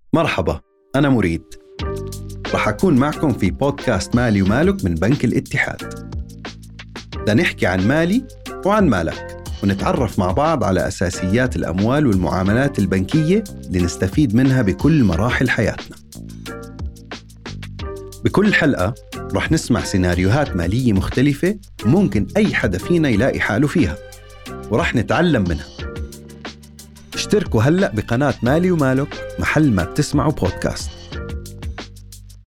مرحبا، أنا مريد. رح أكون معكم في بودكاست مالي ومالك من بنك الاتحاد. لنحكي عن مالي وعن مالك، ونتعرف مع بعض على أساسيات الأموال والمعاملات البنكية لنستفيد منها بكل مراحل حياتنا. بكل حلقة رح نسمع سيناريوهات مالية مختلفة ممكن أي حدا فينا يلاقي حاله فيها، ورح نتعلم منها. اشتركوا هلأ بقناة مالي ومالك محل ما بتسمعوا بودكاست.